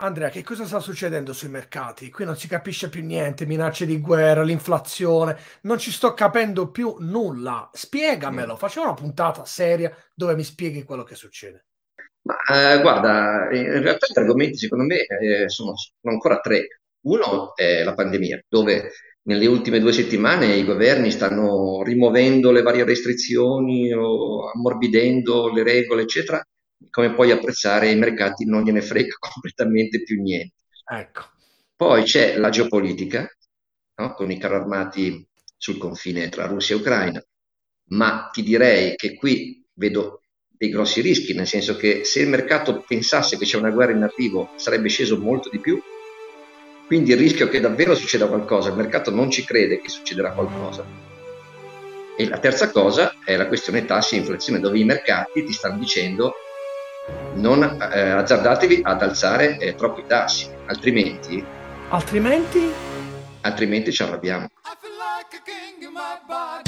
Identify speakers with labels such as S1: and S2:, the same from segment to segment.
S1: Andrea, che cosa sta succedendo sui mercati? Qui non si capisce più niente, minacce di guerra, l'inflazione, non ci sto capendo più nulla.
S2: Mm.
S1: Spiegamelo, facciamo una puntata seria dove mi spieghi quello che succede.
S2: Guarda, in realtà gli argomenti secondo me sono ancora tre. Uno è la pandemia, dove nelle ultime 2 settimane i governi stanno rimuovendo le varie restrizioni o ammorbidendo le regole, eccetera. Come puoi apprezzare, i mercati non gliene frega completamente più niente.
S1: Ecco,
S2: Poi c'è la geopolitica, no? Con i carri armati sul confine tra Russia e Ucraina, ma ti direi che qui vedo dei grossi rischi, nel senso che se il mercato pensasse che c'è una guerra in arrivo sarebbe sceso molto di più, quindi il rischio che davvero succeda qualcosa, il mercato non ci crede che succederà qualcosa. E la terza cosa è la questione tassi e inflazione, dove i mercati ti stanno dicendo non azzardatevi ad alzare troppi tassi, altrimenti
S1: altrimenti?
S2: altrimenti ci arrabbiamo.
S3: I feel like a king in my body.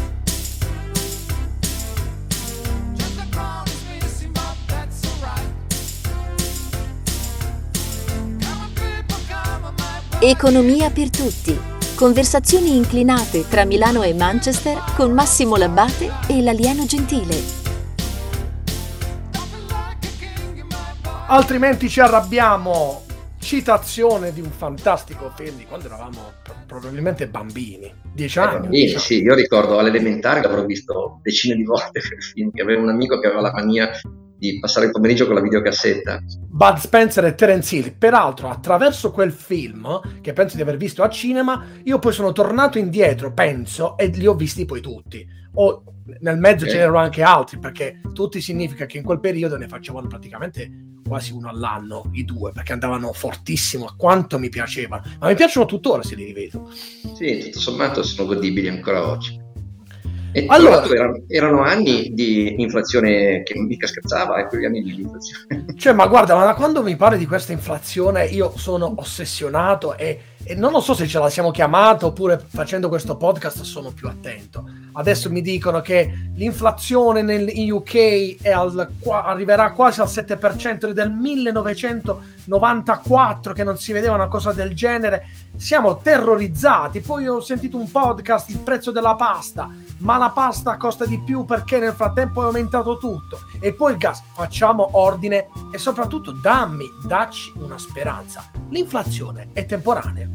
S3: Just a promise me to see my that's alright. Come on, people, come on, my body.
S4: Economia per tutti. Conversazioni inclinate tra Milano e Manchester con Massimo Labbate e l'alieno gentile.
S3: I feel like a king in my body.
S1: Altrimenti ci arrabbiamo. Citazione di un fantastico film di quando eravamo probabilmente bambini, 10 anni.
S2: Bambini,
S1: 11
S2: sì, io ricordo all'elementare l'avrò visto decine di volte quel film, che aveva un amico che aveva la mania di passare il pomeriggio con la videocassetta.
S1: Bud Spencer e Terence Hill. Peraltro, attraverso quel film, che penso di aver visto a cinema, io poi sono tornato indietro, penso, e li ho visti poi tutti. O nel mezzo
S2: Ok.
S1: ce n'erano anche altri, perché tutti significa che in quel periodo ne facevano praticamente quasi uno all'anno, i due, perché andavano fortissimo, a quanto mi piacevano. Ma mi piacciono tuttora se li rivedo.
S2: Sì, tutto sommato sono godibili ancora oggi. E tra
S1: Allora,
S2: l'altro erano anni di inflazione che non mica scherzava, quegli anni di inflazione.
S1: cioè, ma guarda, ma da quando mi parli di questa inflazione io sono ossessionato e non lo so se ce la siamo chiamata oppure facendo questo podcast sono più attento. Adesso mi dicono che l'inflazione in UK arriverà quasi al 7% del 1994, che non si vedeva una cosa del genere. Siamo terrorizzati. Poi ho sentito un podcast, il prezzo della pasta, ma la pasta costa di più perché nel frattempo è aumentato tutto. E poi il gas, facciamo ordine e soprattutto dacci una speranza. L'inflazione è temporanea.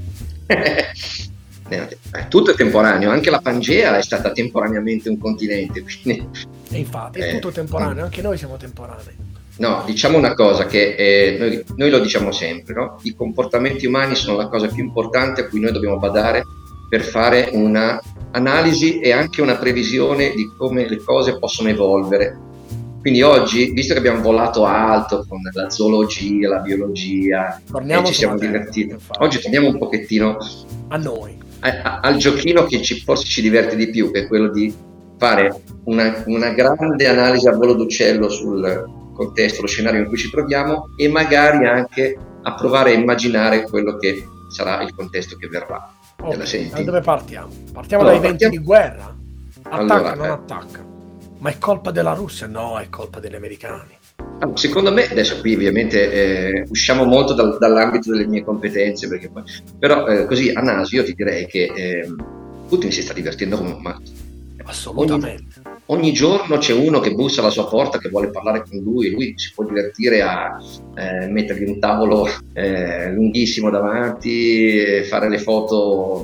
S2: Tutto è temporaneo, anche la Pangea è stata temporaneamente un continente, quindi
S1: E infatti è tutto temporaneo, anche noi siamo temporanei.
S2: no, diciamo una cosa che noi lo diciamo sempre, no? I comportamenti umani sono la cosa più importante a cui noi dobbiamo badare per fare una analisi e anche una previsione di come le cose possono evolvere. Quindi oggi, visto che abbiamo volato alto con la zoologia, la biologia,
S1: Torniamo
S2: ci siamo
S1: sulla terra,
S2: divertiti,
S1: infatti.
S2: oggi torniamo un pochettino
S1: A noi.
S2: al giochino che forse ci diverte di più, che è quello di fare una grande analisi a volo d'uccello sul contesto, lo scenario in cui ci troviamo e magari anche a provare a immaginare quello che sarà il contesto che verrà. Te la
S1: Ok,
S2: senti?
S1: da dove partiamo? Partiamo
S2: Allora,
S1: dai venti di guerra? Attacca,
S2: Allora,
S1: non attacca. Ma è colpa della Russia? No, è colpa degli americani.
S2: allora, secondo me, adesso qui ovviamente usciamo molto dall'ambito delle mie competenze, però così a naso io ti direi che Putin si sta divertendo come un matto.
S1: Assolutamente.
S2: Ogni giorno c'è uno che bussa alla sua porta, che vuole parlare con lui, e lui si può divertire a mettergli un tavolo lunghissimo davanti, fare le foto,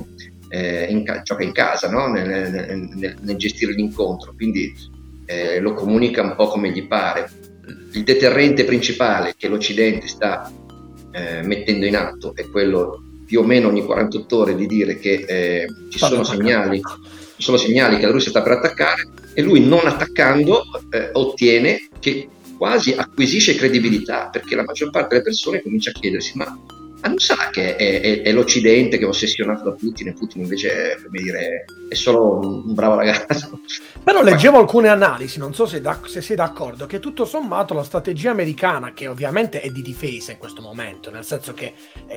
S2: gioca in casa, no? nel gestire l'incontro, quindi lo comunica un po' come gli pare. Il deterrente principale che l'Occidente sta mettendo in atto è quello più o meno ogni 48 ore di dire che ci sono segnali che la Russia sta per attaccare, e lui non attaccando ottiene che quasi acquisisce credibilità, perché la maggior parte delle persone comincia a chiedersi ma non sarà che è l'Occidente che è ossessionato da Putin e Putin invece come dire, è solo un bravo ragazzo.
S1: Però leggevo alcune analisi, non so se sei d'accordo, che tutto sommato la strategia americana, che ovviamente è di difesa in questo momento, nel senso che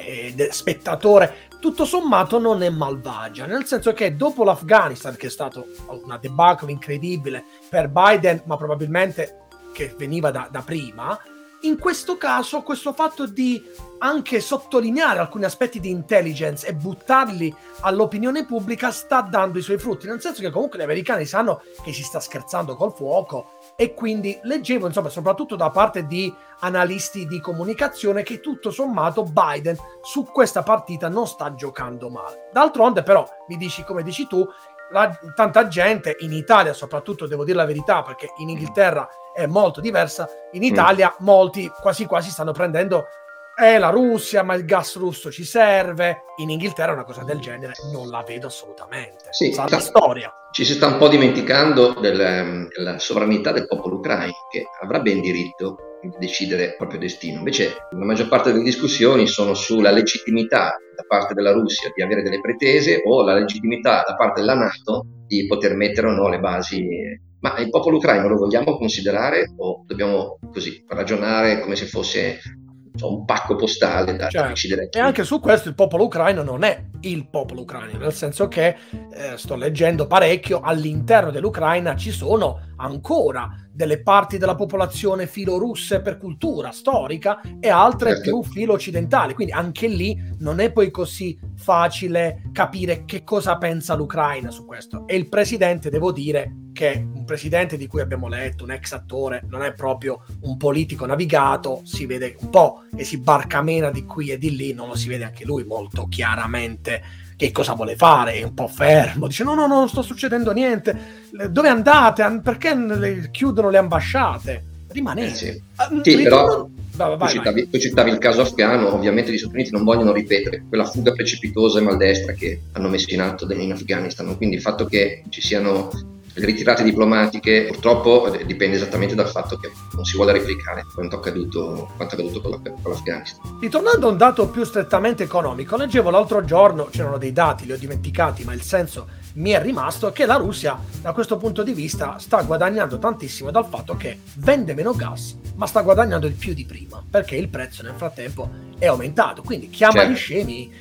S1: spettatore, tutto sommato non è malvagia, nel senso che dopo l'Afghanistan, che è stato una debacle incredibile per Biden, ma probabilmente che veniva da prima, In questo caso, questo fatto di anche sottolineare alcuni aspetti di intelligence e buttarli all'opinione pubblica sta dando i suoi frutti, nel senso che comunque gli americani sanno che si sta scherzando col fuoco, e quindi leggevo, insomma, soprattutto da parte di analisti di comunicazione, che tutto sommato Biden su questa partita non sta giocando male. D'altronde però, mi dici, come dici tu, tanta gente in Italia, soprattutto, devo dire la verità, perché in Inghilterra è molto diversa, in Italia molti quasi quasi stanno prendendo la Russia, ma il gas russo ci serve. In Inghilterra una cosa del genere non la vedo assolutamente.
S2: Sì,
S1: Sa la storia.
S2: ci si sta un po' dimenticando della sovranità del popolo ucraino, che avrà ben diritto di decidere il proprio destino. Invece la maggior parte delle discussioni sono sulla legittimità da parte della Russia di avere delle pretese, o la legittimità da parte della NATO di poter mettere o no le basi. Ma il popolo ucraino lo vogliamo considerare, o dobbiamo così ragionare come se fosse un pacco postale da decidere?
S1: E anche su questo il popolo ucraino non è il popolo ucraino, nel senso che sto leggendo parecchio, all'interno dell'Ucraina ci sono ancora delle parti della popolazione filorusse per cultura storica e altre più filo occidentali, quindi anche lì non è poi così facile capire che cosa pensa l'Ucraina su questo. E il presidente, devo dire che un presidente di cui abbiamo letto, un ex attore, non è proprio un politico navigato, si vede un po' che si barcamena di qui e di lì, non lo si vede anche lui molto chiaramente che cosa vuole fare, è un po' fermo, dice no, non sta succedendo niente, dove andate, perché chiudono le ambasciate, rimanete.
S2: Sì, però tu citavi il caso afghano, ovviamente gli Stati Uniti non vogliono ripetere quella fuga precipitosa e maldestra che hanno messo in atto in Afghanistan, quindi il fatto che ci siano le ritirate diplomatiche purtroppo dipende esattamente dal fatto che non si vuole replicare quanto accaduto con l'Afghanistan.
S1: Ritornando a un dato più strettamente economico, leggevo l'altro giorno, c'erano dei dati, li ho dimenticati, ma il senso mi è rimasto, che la Russia da questo punto di vista sta guadagnando tantissimo dal fatto che vende meno gas, ma sta guadagnando il più di prima, perché il prezzo nel frattempo è aumentato. Quindi chiama gli scemi,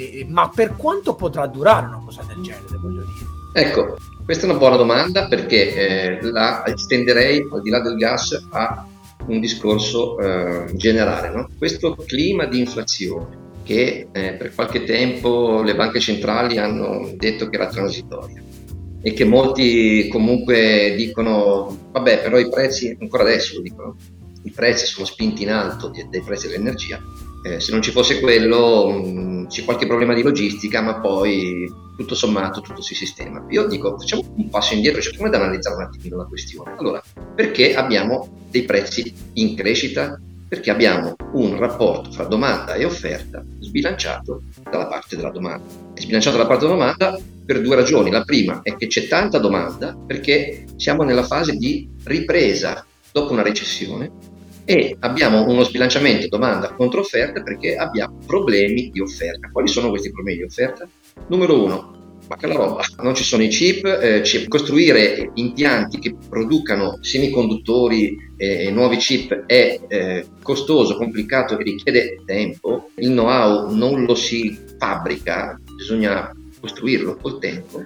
S1: ma per quanto potrà durare una cosa del genere, voglio dire?
S2: Ecco, questa è una buona domanda, perché la estenderei al di là del gas a un discorso generale, no? Questo clima di inflazione che per qualche tempo le banche centrali hanno detto che era transitoria e che molti comunque dicono vabbè, però i prezzi, ancora adesso lo dicono, i prezzi sono spinti in alto dai prezzi dell'energia, se non ci fosse quello c'è qualche problema di logistica, ma poi tutto sommato tutto si sistema. Io dico, facciamo un passo indietro, cerchiamo di analizzare un attimino la questione. Allora, perché abbiamo dei prezzi in crescita? Perché abbiamo un rapporto fra domanda e offerta sbilanciato dalla parte della domanda. È sbilanciato dalla parte della domanda per due ragioni. La prima è che c'è tanta domanda perché siamo nella fase di ripresa dopo una recessione, e abbiamo uno sbilanciamento domanda contro offerta perché abbiamo problemi di offerta. Quali sono questi problemi di offerta? Numero uno, ma che la roba, non ci sono i chip, costruire impianti che producano semiconduttori e nuovi chip è costoso, complicato e richiede tempo. Il know-how non lo si fabbrica, bisogna costruirlo col tempo.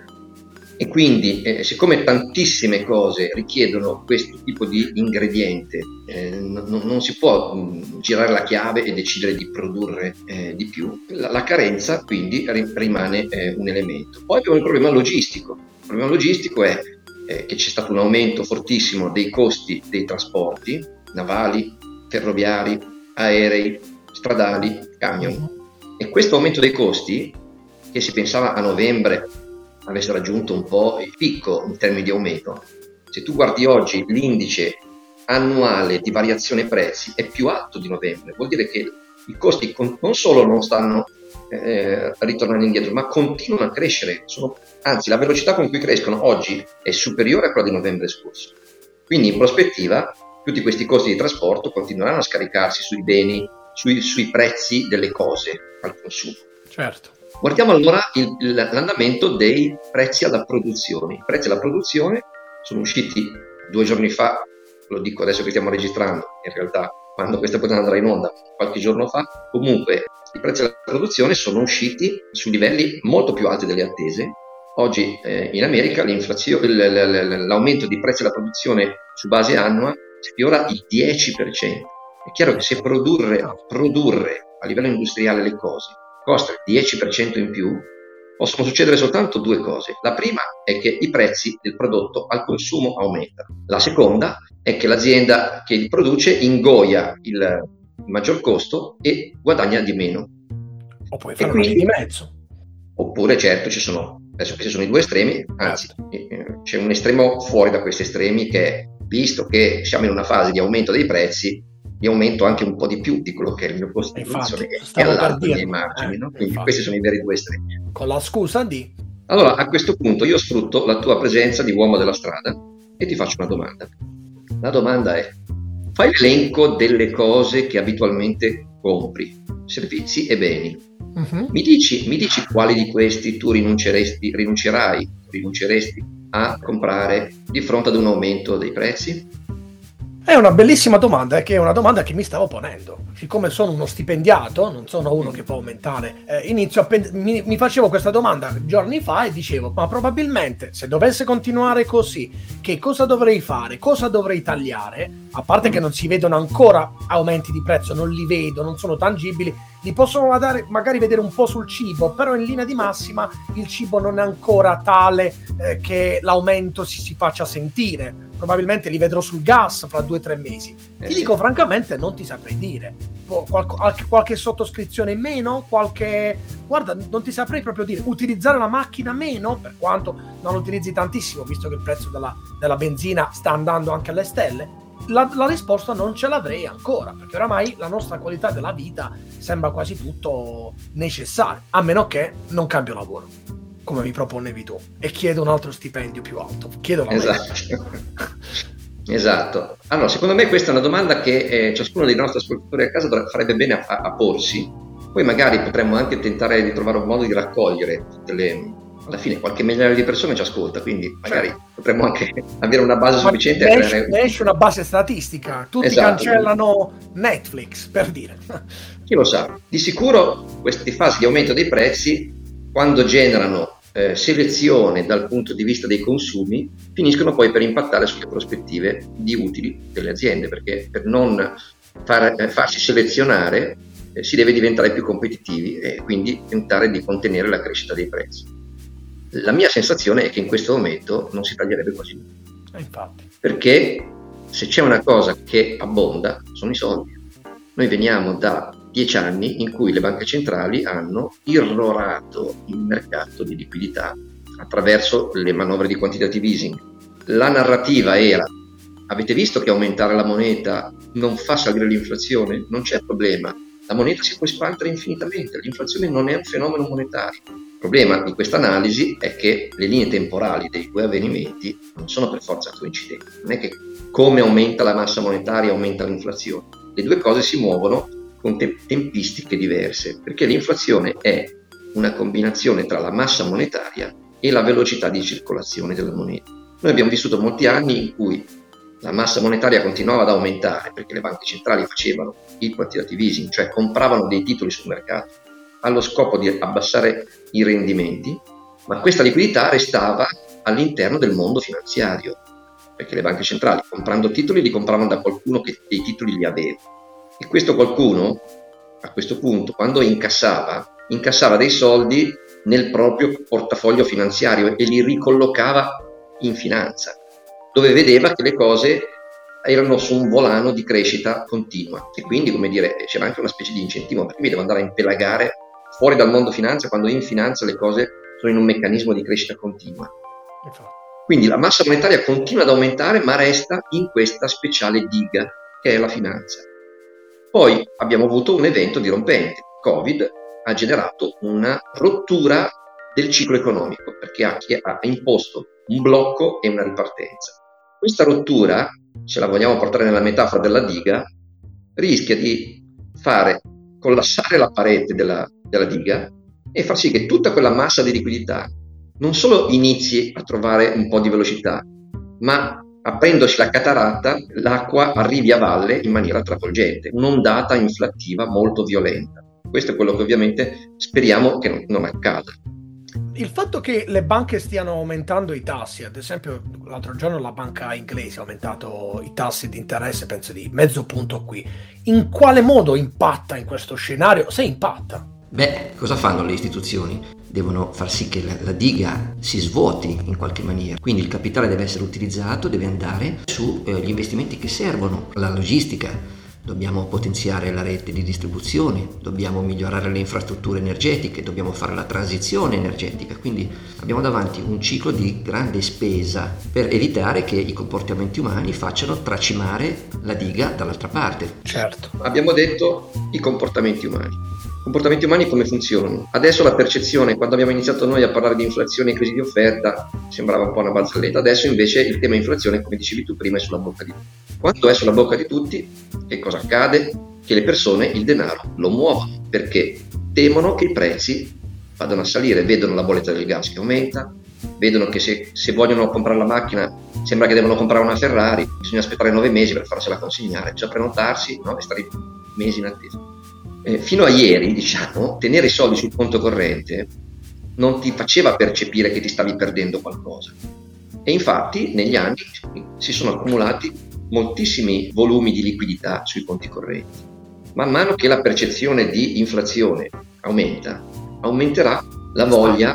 S2: E quindi siccome tantissime cose richiedono questo tipo di ingrediente, non si può girare la chiave e decidere di produrre di più. La carenza quindi rimane un elemento. Poi abbiamo il problema logistico. Il problema logistico è che c'è stato un aumento fortissimo dei costi dei trasporti navali, ferroviari, aerei, stradali, camion. E questo aumento dei costi, che si pensava a novembre avesse raggiunto un po' il picco in termini di aumento, se tu guardi oggi l'indice annuale di variazione prezzi è più alto di novembre, vuol dire che i costi non solo non stanno ritornando indietro, ma continuano a crescere, anzi la velocità con cui crescono oggi è superiore a quella di novembre scorso. Quindi in prospettiva tutti questi costi di trasporto continueranno a scaricarsi sui beni, sui prezzi delle cose al consumo.
S1: Certo.
S2: Guardiamo allora l'andamento dei prezzi alla produzione. I prezzi alla produzione sono usciti 2 giorni fa, lo dico adesso che stiamo registrando, in realtà quando questa poteva andare in onda qualche giorno fa. Comunque i prezzi alla produzione sono usciti su livelli molto più alti delle attese. Oggi in America l'aumento di prezzi alla produzione su base annua sfiora il 10%. È chiaro che se produrre a livello industriale le cose costa il 10% in più, possono succedere soltanto due cose. La prima è che i prezzi del prodotto al consumo aumentano. La seconda è che l'azienda che li produce ingoia il maggior costo e guadagna di meno.
S1: O puoi fare una via di mezzo.
S2: Oppure, certo, adesso questi sono i due estremi, anzi, c'è un estremo fuori da questi estremi che è, visto che siamo in una fase di aumento dei prezzi, di aumento anche un po' di più di quello che è il mio costo di produzione e all'alto dei miei margini, no? Quindi questi sono i veri due estremi.
S1: Con la scusa di...
S2: Allora, a questo punto io sfrutto la tua presenza di uomo della strada e ti faccio una domanda. La domanda è: fai l'elenco delle cose che abitualmente compri, servizi e beni. Mi dici quali di questi tu rinunceresti a comprare di fronte ad un aumento dei prezzi?
S1: È una bellissima domanda, che è una domanda che mi stavo ponendo. Siccome sono uno stipendiato, non sono uno che può aumentare, mi facevo questa domanda giorni fa e dicevo: ma probabilmente se dovesse continuare così, che cosa dovrei fare? Cosa dovrei tagliare? A parte che non si vedono ancora aumenti di prezzo, non li vedo, non sono tangibili, li possono magari vedere un po' sul cibo, però in linea di massima il cibo non è ancora tale che l'aumento si faccia sentire. Probabilmente li vedrò sul gas fra 2 o 3 mesi. Ti dico francamente, non ti saprei dire. Qualche sottoscrizione in meno, guarda, non ti saprei proprio dire. Utilizzare la macchina meno, per quanto non utilizzi tantissimo, visto che il prezzo della benzina sta andando anche alle stelle. La risposta non ce l'avrei ancora, perché oramai la nostra qualità della vita sembra quasi tutto necessario, a meno che non cambio lavoro, come mi proponevi tu, e chiedo un altro stipendio più alto. Chiedo la
S2: Esatto. Allora, secondo me questa è una domanda che ciascuno dei nostri ascoltatori a casa farebbe bene a porsi. Poi magari potremmo anche tentare di trovare un modo di raccogliere alla fine qualche migliaio di persone ci ascolta, quindi magari potremmo anche avere una base sufficiente a creare...
S1: esce una base statistica, tutti cancellano Netflix, per dire.
S2: Chi lo sa? Di sicuro queste fasi di aumento dei prezzi, quando generano selezione dal punto di vista dei consumi, finiscono poi per impattare sulle prospettive di utili delle aziende, perché per non farsi selezionare si deve diventare più competitivi e quindi tentare di contenere la crescita dei prezzi. La mia sensazione è che in questo momento non si taglierebbe quasi nulla.
S1: Infatti.
S2: Perché se c'è una cosa che abbonda sono i soldi. Noi veniamo da 10 anni in cui le banche centrali hanno irrorato il mercato di liquidità attraverso le manovre di quantitative easing. La narrativa era: avete visto che aumentare la moneta non fa salire l'inflazione? Non c'è problema, la moneta si può espandere infinitamente, l'inflazione non è un fenomeno monetario. Il problema di questa analisi è che le linee temporali dei due avvenimenti non sono per forza coincidenti. Non è che come aumenta la massa monetaria aumenta l'inflazione. Le due cose si muovono con tempistiche diverse, perché l'inflazione è una combinazione tra la massa monetaria e la velocità di circolazione della moneta. Noi abbiamo vissuto molti anni in cui la massa monetaria continuava ad aumentare perché le banche centrali facevano il quantitative easing, cioè compravano dei titoli sul mercato allo scopo di abbassare i rendimenti, ma questa liquidità restava all'interno del mondo finanziario, perché le banche centrali, comprando titoli, li compravano da qualcuno che dei titoli li aveva. E questo qualcuno, a questo punto, quando incassava dei soldi nel proprio portafoglio finanziario e li ricollocava in finanza, dove vedeva che le cose erano su un volano di crescita continua. E quindi, come dire, c'era anche una specie di incentivo, perché mi devo andare a impelagare fuori dal mondo finanza quando in finanza le cose sono in un meccanismo di crescita continua. Quindi la massa monetaria continua ad aumentare, ma resta in questa speciale diga che è la finanza. Poi abbiamo avuto un evento dirompente. Covid ha generato una rottura del ciclo economico, perché ha imposto un blocco e una ripartenza. Questa rottura, se la vogliamo portare nella metafora della diga, rischia di fare collassare la parete della diga e far sì che tutta quella massa di liquidità non solo inizi a trovare un po' di velocità, ma aprendosi la cataratta, l'acqua arrivi a valle in maniera travolgente, un'ondata inflattiva molto violenta. Questo è quello che ovviamente speriamo che non accada.
S1: il fatto che le banche stiano aumentando i tassi, ad esempio l'altro giorno la banca inglese ha aumentato i tassi di interesse, penso di mezzo punto qui, in quale modo impatta in questo scenario? Se impatta.
S5: Beh, cosa fanno le istituzioni? Devono far sì che la diga si svuoti in qualche maniera, quindi il capitale deve essere utilizzato, deve andare sugli investimenti che servono, la logistica. Dobbiamo potenziare la rete di distribuzione, dobbiamo migliorare le infrastrutture energetiche, dobbiamo fare la transizione energetica, quindi abbiamo davanti un ciclo di grande spesa per evitare che i comportamenti umani facciano tracimare la diga dall'altra parte.
S1: Certo.
S2: Abbiamo detto i comportamenti umani. Comportamenti umani come funzionano? Adesso la percezione, quando abbiamo iniziato noi a parlare di inflazione e crisi di offerta, sembrava un po' una barzelletta. Adesso invece il tema inflazione, come dicevi tu prima, è sulla bocca di tutti. Quando è sulla bocca di tutti, che cosa accade? Che le persone il denaro lo muovono, perché temono che i prezzi vadano a salire, vedono la bolletta del gas che aumenta, vedono che se vogliono comprare la macchina sembra che devono comprare una Ferrari, bisogna aspettare 9 mesi per farsela consegnare, cioè prenotarsi, no? E stare mesi in attesa. Fino a ieri, diciamo, tenere i soldi sul conto corrente non ti faceva percepire che ti stavi perdendo qualcosa. E infatti negli anni si sono accumulati moltissimi volumi di liquidità sui conti correnti. Man mano che la percezione di inflazione aumenterà la voglia,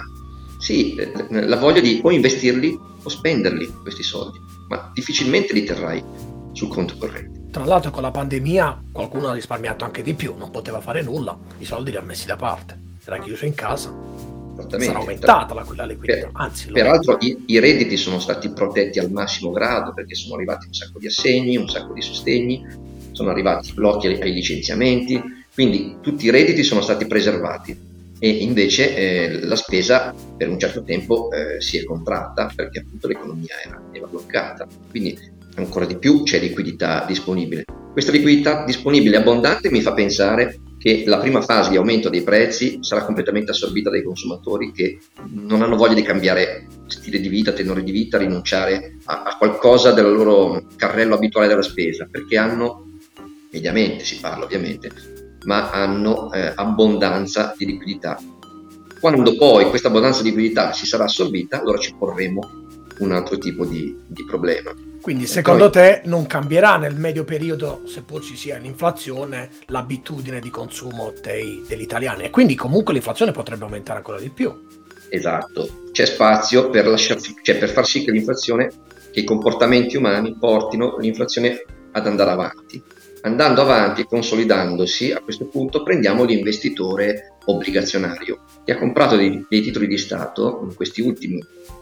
S2: la voglia di o investirli o spenderli questi soldi, ma difficilmente li terrai sul conto corrente.
S1: Tra l'altro con la pandemia qualcuno ha risparmiato anche di più, non poteva fare nulla, i soldi li ha messi da parte, era chiuso in casa, sarà aumentata la liquidità. Anzi,
S2: peraltro i redditi sono stati protetti al massimo grado, perché sono arrivati un sacco di assegni, un sacco di sostegni, sono arrivati blocchi ai licenziamenti, quindi tutti i redditi sono stati preservati e invece la spesa per un certo tempo si è contratta perché appunto l'economia era bloccata, quindi ancora di più c'è liquidità disponibile. Questa liquidità disponibile abbondante mi fa pensare che la prima fase di aumento dei prezzi sarà completamente assorbita dai consumatori che non hanno voglia di cambiare stile di vita, tenore di vita, rinunciare a qualcosa del loro carrello abituale della spesa, perché hanno, mediamente si parla ovviamente, ma hanno abbondanza di liquidità. Quando poi questa abbondanza di liquidità si sarà assorbita, allora ci porremo un altro tipo di problema.
S1: Quindi secondo te non cambierà nel medio periodo, seppur ci sia l'inflazione, l'abitudine di consumo degli italiani, e quindi comunque l'inflazione potrebbe aumentare ancora di più.
S2: Esatto, c'è spazio per per far sì che che i comportamenti umani portino l'inflazione ad andare avanti. Andando avanti e consolidandosi, a questo punto prendiamo l'investitore obbligazionario che ha comprato dei titoli di Stato in questi ultimi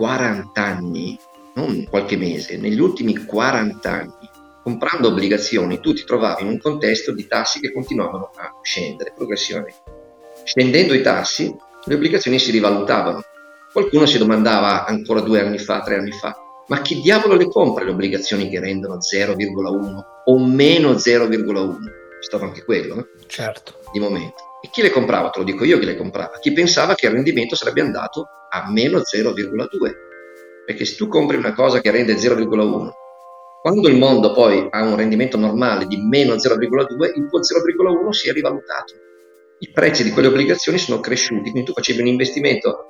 S2: 40 anni, non qualche mese, negli ultimi 40 anni. Comprando obbligazioni tu ti trovavi in un contesto di tassi che continuavano a scendere progressivamente. Scendendo i tassi, le obbligazioni si rivalutavano. Qualcuno si domandava ancora 2 anni fa, 3 anni fa, ma chi diavolo le compra le obbligazioni che rendono 0,1 o meno 0,1? C'è stato anche quello,
S1: certo,
S2: di momento. E chi le comprava? Te lo dico io chi le comprava. Chi pensava che il rendimento sarebbe andato a meno 0,2. Perché se tu compri una cosa che rende 0,1, quando il mondo poi ha un rendimento normale di meno 0,2, il tuo 0,1 si è rivalutato. I prezzi di quelle obbligazioni sono cresciuti, quindi tu facevi un investimento,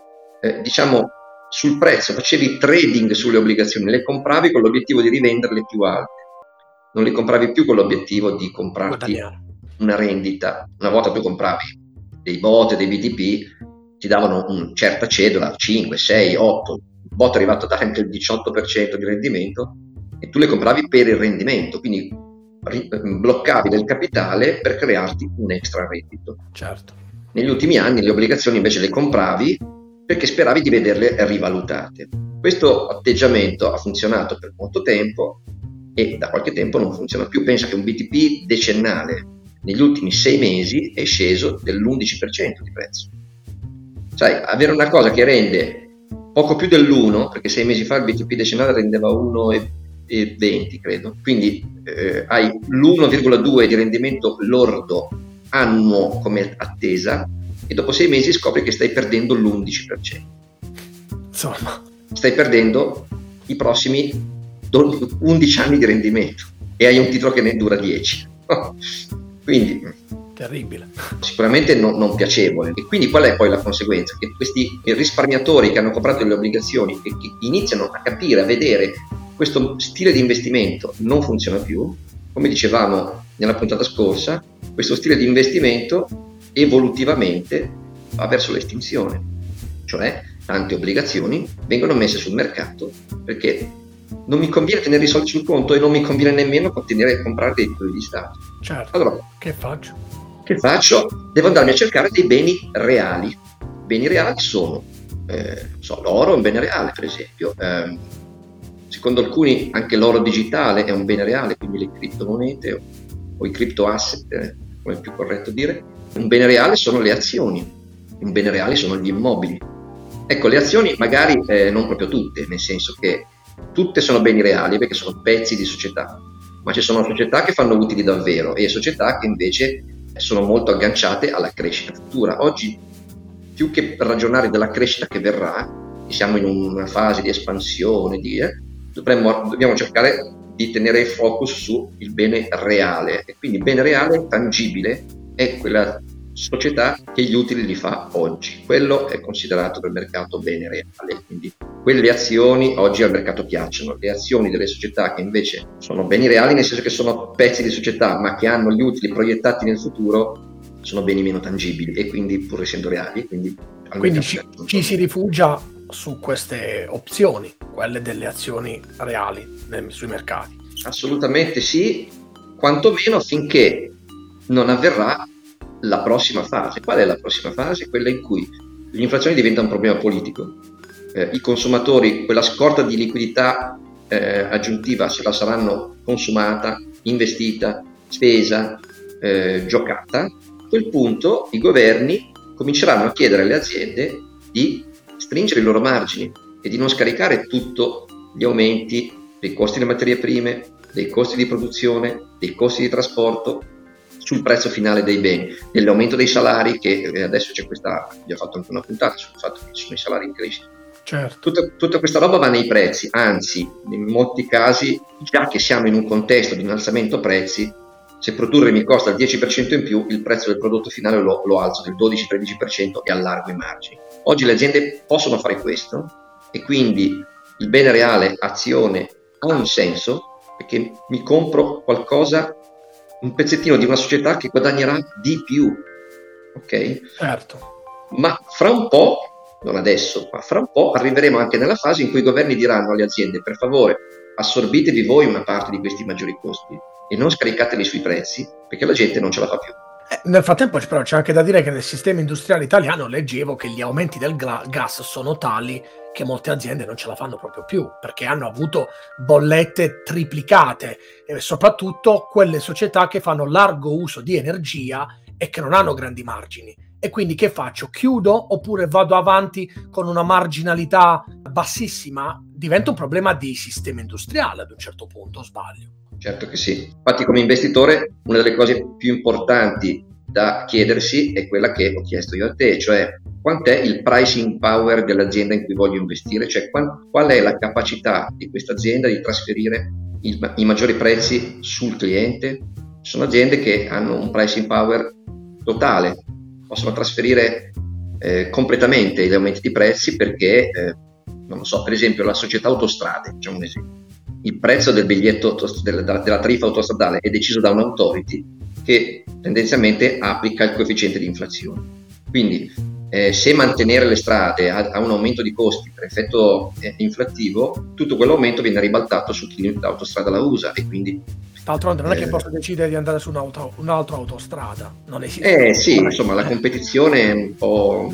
S2: sul prezzo, facevi trading sulle obbligazioni, le compravi con l'obiettivo di rivenderle più alte. Non le compravi più con l'obiettivo di comprarti una rendita. Una volta tu compravi dei BOT, dei BTP, ti davano una certa cedola, 5, 6, 8, il BOT è arrivato a dare anche il 18% di rendimento e tu le compravi per il rendimento, quindi bloccavi del capitale per crearti un extra reddito.
S1: Certo.
S2: Negli ultimi anni le obbligazioni invece le compravi perché speravi di vederle rivalutate. Questo atteggiamento ha funzionato per molto tempo e da qualche tempo non funziona più. Pensa che un BTP decennale negli ultimi 6 mesi è sceso dell'11% di prezzo. Sai, avere una cosa che rende poco più dell'1, perché 6 mesi fa il BTP decennale rendeva 1,20 credo, quindi hai l'1,2 di rendimento lordo annuo come attesa e dopo 6 mesi scopri che stai perdendo l'11%.
S1: Insomma,
S2: stai perdendo i prossimi 11 anni di rendimento e hai un titolo che ne dura 10. Quindi
S1: Terribile.
S2: Sicuramente non piacevole. E quindi qual è poi la conseguenza? Che questi risparmiatori che hanno comprato le obbligazioni e che iniziano a capire, a vedere questo stile di investimento non funziona più, come dicevamo nella puntata scorsa, questo stile di investimento evolutivamente va verso l'estinzione, cioè tante obbligazioni vengono messe sul mercato perché non mi conviene tenere i soldi sul conto e non mi conviene nemmeno continuare a comprare dei titoli di Stato.
S1: Certo.
S2: Allora,
S1: Che faccio?
S2: che faccio? Devo andarmi a cercare dei beni reali. Beni reali sono l'oro è un bene reale, per esempio. Secondo alcuni anche l'oro digitale è un bene reale, quindi le criptomonete o i crypto asset, come è più corretto dire. Un bene reale sono le azioni, un bene reale sono gli immobili. Ecco, le azioni magari non proprio tutte, nel senso che tutte sono beni reali perché sono pezzi di società, ma ci sono società che fanno utili davvero e società che invece sono molto agganciate alla crescita futura. Oggi, più che ragionare della crescita che verrà, siamo in una fase di espansione, dobbiamo cercare di tenere il focus sul bene reale, e quindi il bene reale tangibile è quella società che gli utili li fa oggi. Quello è considerato dal mercato bene reale, quindi quelle azioni oggi al mercato piacciono. Le azioni delle società che invece sono beni reali, nel senso che sono pezzi di società ma che hanno gli utili proiettati nel futuro, sono beni meno tangibili e quindi pur essendo reali, quindi
S1: ci si rifugia su queste opzioni, quelle delle azioni reali sui mercati.
S2: Assolutamente sì, quantomeno finché non avverrà la prossima fase. Qual è la prossima fase? Quella in cui l'inflazione diventa un problema politico. I consumatori quella scorta di liquidità aggiuntiva se la saranno consumata, investita, spesa, giocata. A quel punto i governi cominceranno a chiedere alle aziende di stringere i loro margini e di non scaricare tutti gli aumenti dei costi delle materie prime, dei costi di produzione, dei costi di trasporto sul prezzo finale dei beni, dell'aumento dei salari, che adesso c'è abbiamo fatto anche una puntata sul fatto che ci sono i salari in crescita.
S1: Certo.
S2: Tutta questa roba va nei prezzi, anzi in molti casi, già che siamo in un contesto di innalzamento prezzi, se produrre mi costa il 10% in più, il prezzo del prodotto finale lo alzo del 12-13% e allargo i margini. Oggi le aziende possono fare questo e quindi il bene reale azione ha un senso, perché mi compro qualcosa, un pezzettino di una società che guadagnerà di più, ok?
S1: Certo.
S2: Ma fra un po', non adesso, ma fra un po' arriveremo anche nella fase in cui i governi diranno alle aziende: per favore, assorbitevi voi una parte di questi maggiori costi e non scaricateli sui prezzi, perché la gente non ce la fa più.
S1: Nel frattempo però c'è anche da dire che nel sistema industriale italiano leggevo che gli aumenti del gas sono tali che molte aziende non ce la fanno proprio più, perché hanno avuto bollette triplicate, e soprattutto quelle società che fanno largo uso di energia e che non hanno grandi margini. E quindi che faccio? Chiudo oppure vado avanti con una marginalità bassissima? Diventa un problema di sistema industriale ad un certo punto, o sbaglio?
S2: Certo che sì. Infatti, come investitore, una delle cose più importanti da chiedersi è quella che ho chiesto io a te, cioè quant'è il pricing power dell'azienda in cui voglio investire, cioè qual è la capacità di questa azienda di trasferire i maggiori prezzi sul cliente. Sono aziende che hanno un pricing power totale, possono trasferire completamente gli aumenti di prezzi perché, non lo so, per esempio la società autostrade, facciamo un esempio. Il prezzo del biglietto della tariffa autostradale è deciso da un'autority che tendenzialmente applica il coefficiente di inflazione. Quindi se mantenere le strade ha un aumento di costi per effetto inflattivo, tutto quell'aumento viene ribaltato su chi l'autostrada la usa e quindi...
S1: D'altronde non è che posso decidere di andare su un'altra autostrada, non esiste.
S2: Sì, insomma la competizione è un po'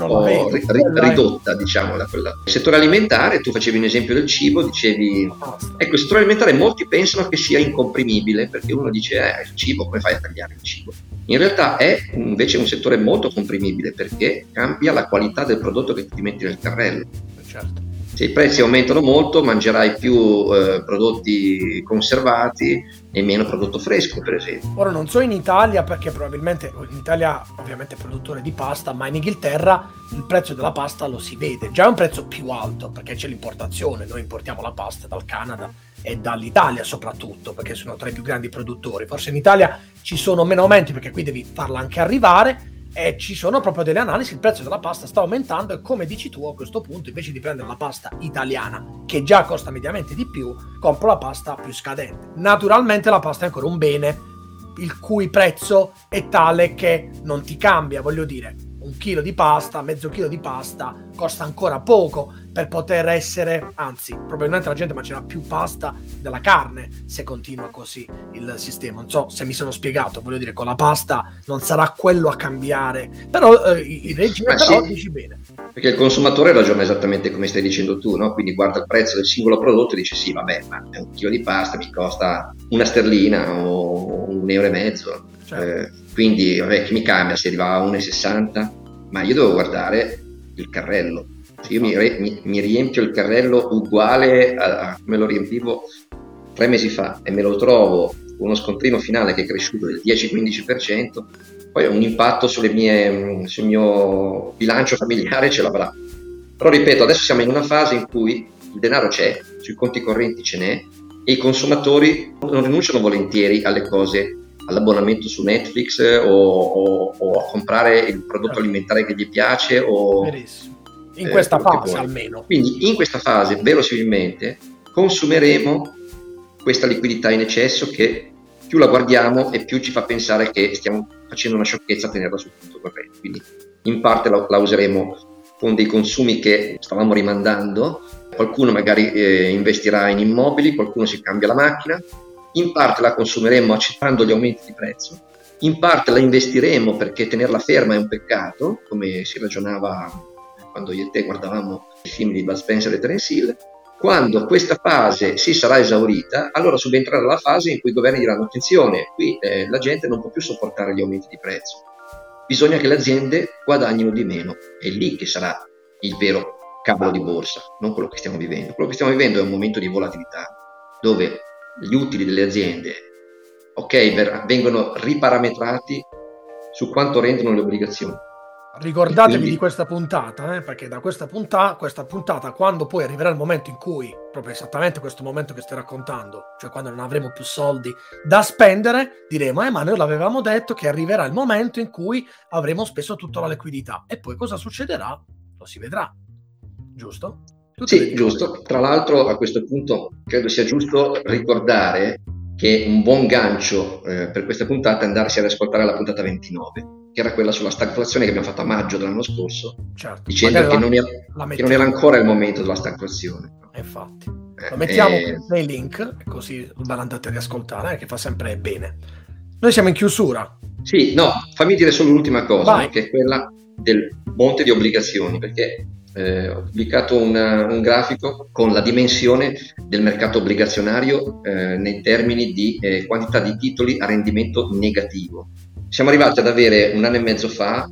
S2: ridotta, diciamo. Il settore alimentare, tu facevi un esempio del cibo, dicevi, ecco, il settore alimentare molti pensano che sia incomprimibile, perché uno dice, il cibo, come fai a tagliare il cibo? In realtà è invece un settore molto comprimibile, perché cambia la qualità del prodotto che ti metti nel carrello.
S1: Certo.
S2: Se i prezzi aumentano molto, mangerai più prodotti conservati e meno prodotto fresco, per esempio.
S1: Ora non so in Italia, perché probabilmente in Italia ovviamente è produttore di pasta, ma in Inghilterra il prezzo della pasta lo si vede, già è un prezzo più alto perché c'è l'importazione, noi importiamo la pasta dal Canada e dall'Italia soprattutto, perché sono tra i più grandi produttori. Forse in Italia ci sono meno aumenti perché qui devi farla anche arrivare, e ci sono proprio delle analisi, il prezzo della pasta sta aumentando e come dici tu a questo punto invece di prendere la pasta italiana che già costa mediamente di più, compro la pasta più scadente. Naturalmente la pasta è ancora un bene il cui prezzo è tale che non ti cambia, voglio dire, un chilo di pasta, mezzo chilo di pasta costa ancora poco per poter essere, anzi probabilmente la gente mangerà più pasta della carne se continua così il sistema. Non so se mi sono spiegato, voglio dire, con la pasta non sarà quello a cambiare, però il regime però dici bene.
S2: Perché il consumatore ragiona esattamente come stai dicendo tu, no? Quindi guarda il prezzo del singolo prodotto e dice sì, vabbè, ma un chilo di pasta mi costa una sterlina o €1,50.
S1: Certo.
S2: Quindi vabbè, che mi cambia se arriva a 1,60? Ma io devo guardare il carrello. Se io mi riempio il carrello uguale a come lo riempivo 3 mesi fa e me lo trovo con uno scontrino finale che è cresciuto del 10-15%, poi un impatto sul mio bilancio familiare ce l'avrà. Però ripeto, adesso siamo in una fase in cui il denaro c'è, sui conti correnti ce n'è, e i consumatori non rinunciano volentieri alle cose, all'abbonamento su Netflix o a comprare il prodotto alimentare che gli piace o
S1: Verissimo. In questa fase almeno.
S2: Quindi in questa fase verosimilmente consumeremo questa liquidità in eccesso che più la guardiamo e più ci fa pensare che stiamo facendo una sciocchezza a tenerla sul conto corrente. Quindi in parte la useremo con dei consumi che stavamo rimandando, qualcuno magari investirà in immobili, qualcuno si cambia la macchina, in parte la consumeremo accettando gli aumenti di prezzo, in parte la investiremo perché tenerla ferma è un peccato, come si ragionava quando io e te guardavamo i film di Bud Spencer e Terence Hill. Quando questa fase si sarà esaurita, allora subentrerà la fase in cui i governi diranno attenzione, qui la gente non può più sopportare gli aumenti di prezzo, bisogna che le aziende guadagnino di meno, è lì che sarà il vero cavolo di borsa, non quello che stiamo vivendo. Quello che stiamo vivendo è un momento di volatilità, dove gli utili delle aziende vengono riparametrati su quanto rendono le obbligazioni.
S1: Ricordatevi
S2: Quindi,
S1: di questa puntata, perché da questa puntata, quando poi arriverà il momento in cui, proprio esattamente questo momento che stai raccontando, cioè quando non avremo più soldi da spendere, diremo, ma noi l'avevamo detto che arriverà il momento in cui avremo speso tutta la liquidità. E poi cosa succederà? Lo si vedrà. Giusto?
S2: sì, giusto. Tra l'altro a questo punto credo sia giusto ricordare che un buon gancio per questa puntata è andarsi ad ascoltare la puntata 29, che era quella sulla stagflazione che abbiamo fatto a maggio dell'anno scorso,
S1: certo,
S2: dicendo che non era ancora il momento della stagflazione.
S1: Infatti, lo mettiamo nei link, così ve l'andate a riascoltare, che fa sempre bene. Noi siamo in chiusura.
S2: Sì, no, fammi dire solo l'ultima cosa,
S1: Vai.
S2: che è quella del monte di obbligazioni, perché ho pubblicato un grafico con la dimensione del mercato obbligazionario nei termini di quantità di titoli a rendimento negativo. Siamo arrivati ad avere un anno e mezzo fa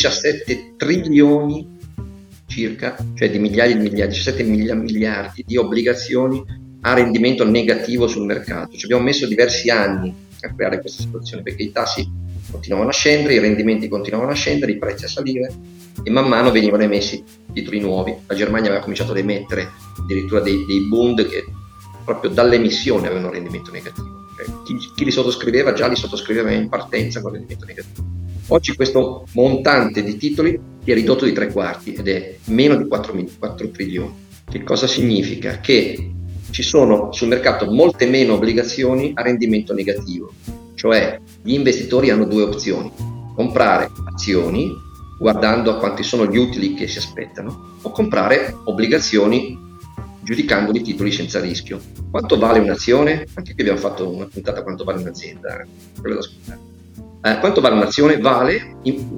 S2: 17 trilioni circa, cioè di migliaia di miliardi, 17 miliardi di obbligazioni a rendimento negativo sul mercato. Ci abbiamo messo diversi anni a creare questa situazione perché i tassi continuavano a scendere, i rendimenti continuavano a scendere, i prezzi a salire e man mano venivano emessi titoli nuovi. La Germania aveva cominciato ad emettere addirittura dei Bund che proprio dall'emissione avevano un rendimento negativo. Chi li sottoscriveva già li sottoscriveva in partenza con rendimento negativo. Oggi questo montante di titoli è ridotto di 3/4 ed è meno di 4 trilioni. Che cosa significa? Che ci sono sul mercato molte meno obbligazioni a rendimento negativo, cioè gli investitori hanno due opzioni: comprare azioni guardando a quanti sono gli utili che si aspettano o comprare obbligazioni giudicandoli titoli senza rischio. Quanto vale un'azione? Anche qui abbiamo fatto una puntata quanto vale un'azienda, quella da ascoltare. Quanto vale un'azione? Vale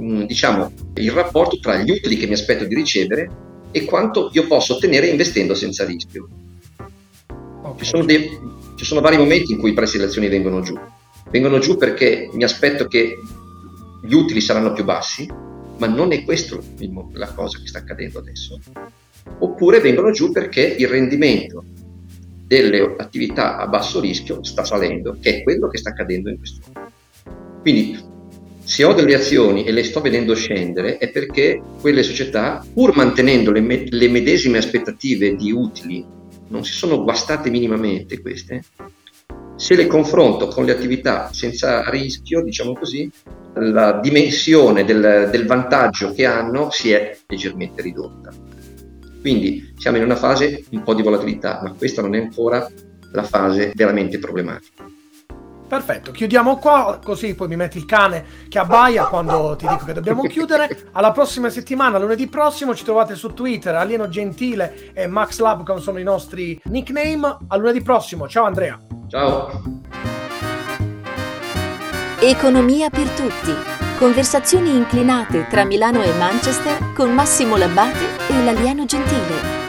S2: il rapporto tra gli utili che mi aspetto di ricevere e quanto io posso ottenere investendo senza rischio. Ci sono vari momenti in cui i prezzi delle azioni vengono giù perché mi aspetto che gli utili saranno più bassi, ma non è questa la cosa che sta accadendo adesso. Oppure vengono giù perché il rendimento delle attività a basso rischio sta salendo, che è quello che sta accadendo in questo momento. Quindi se ho delle azioni e le sto vedendo scendere è perché quelle società, pur mantenendo le medesime aspettative di utili non si sono guastate minimamente queste, se le confronto con le attività senza rischio, diciamo così, la dimensione del vantaggio che hanno si è leggermente ridotta. Quindi siamo in una fase un po' di volatilità, ma questa non è ancora la fase veramente problematica.
S1: Perfetto, chiudiamo qua, così poi mi metti il cane che abbaia quando ti dico che dobbiamo chiudere. Alla prossima settimana, lunedì prossimo, ci trovate su Twitter, Alieno Gentile e Max Lab, sono i nostri nickname. A lunedì prossimo, ciao Andrea.
S2: Ciao!
S4: Economia per tutti. Conversazioni inclinate tra Milano e Manchester con Massimo Labbate e l'Alieno Gentile.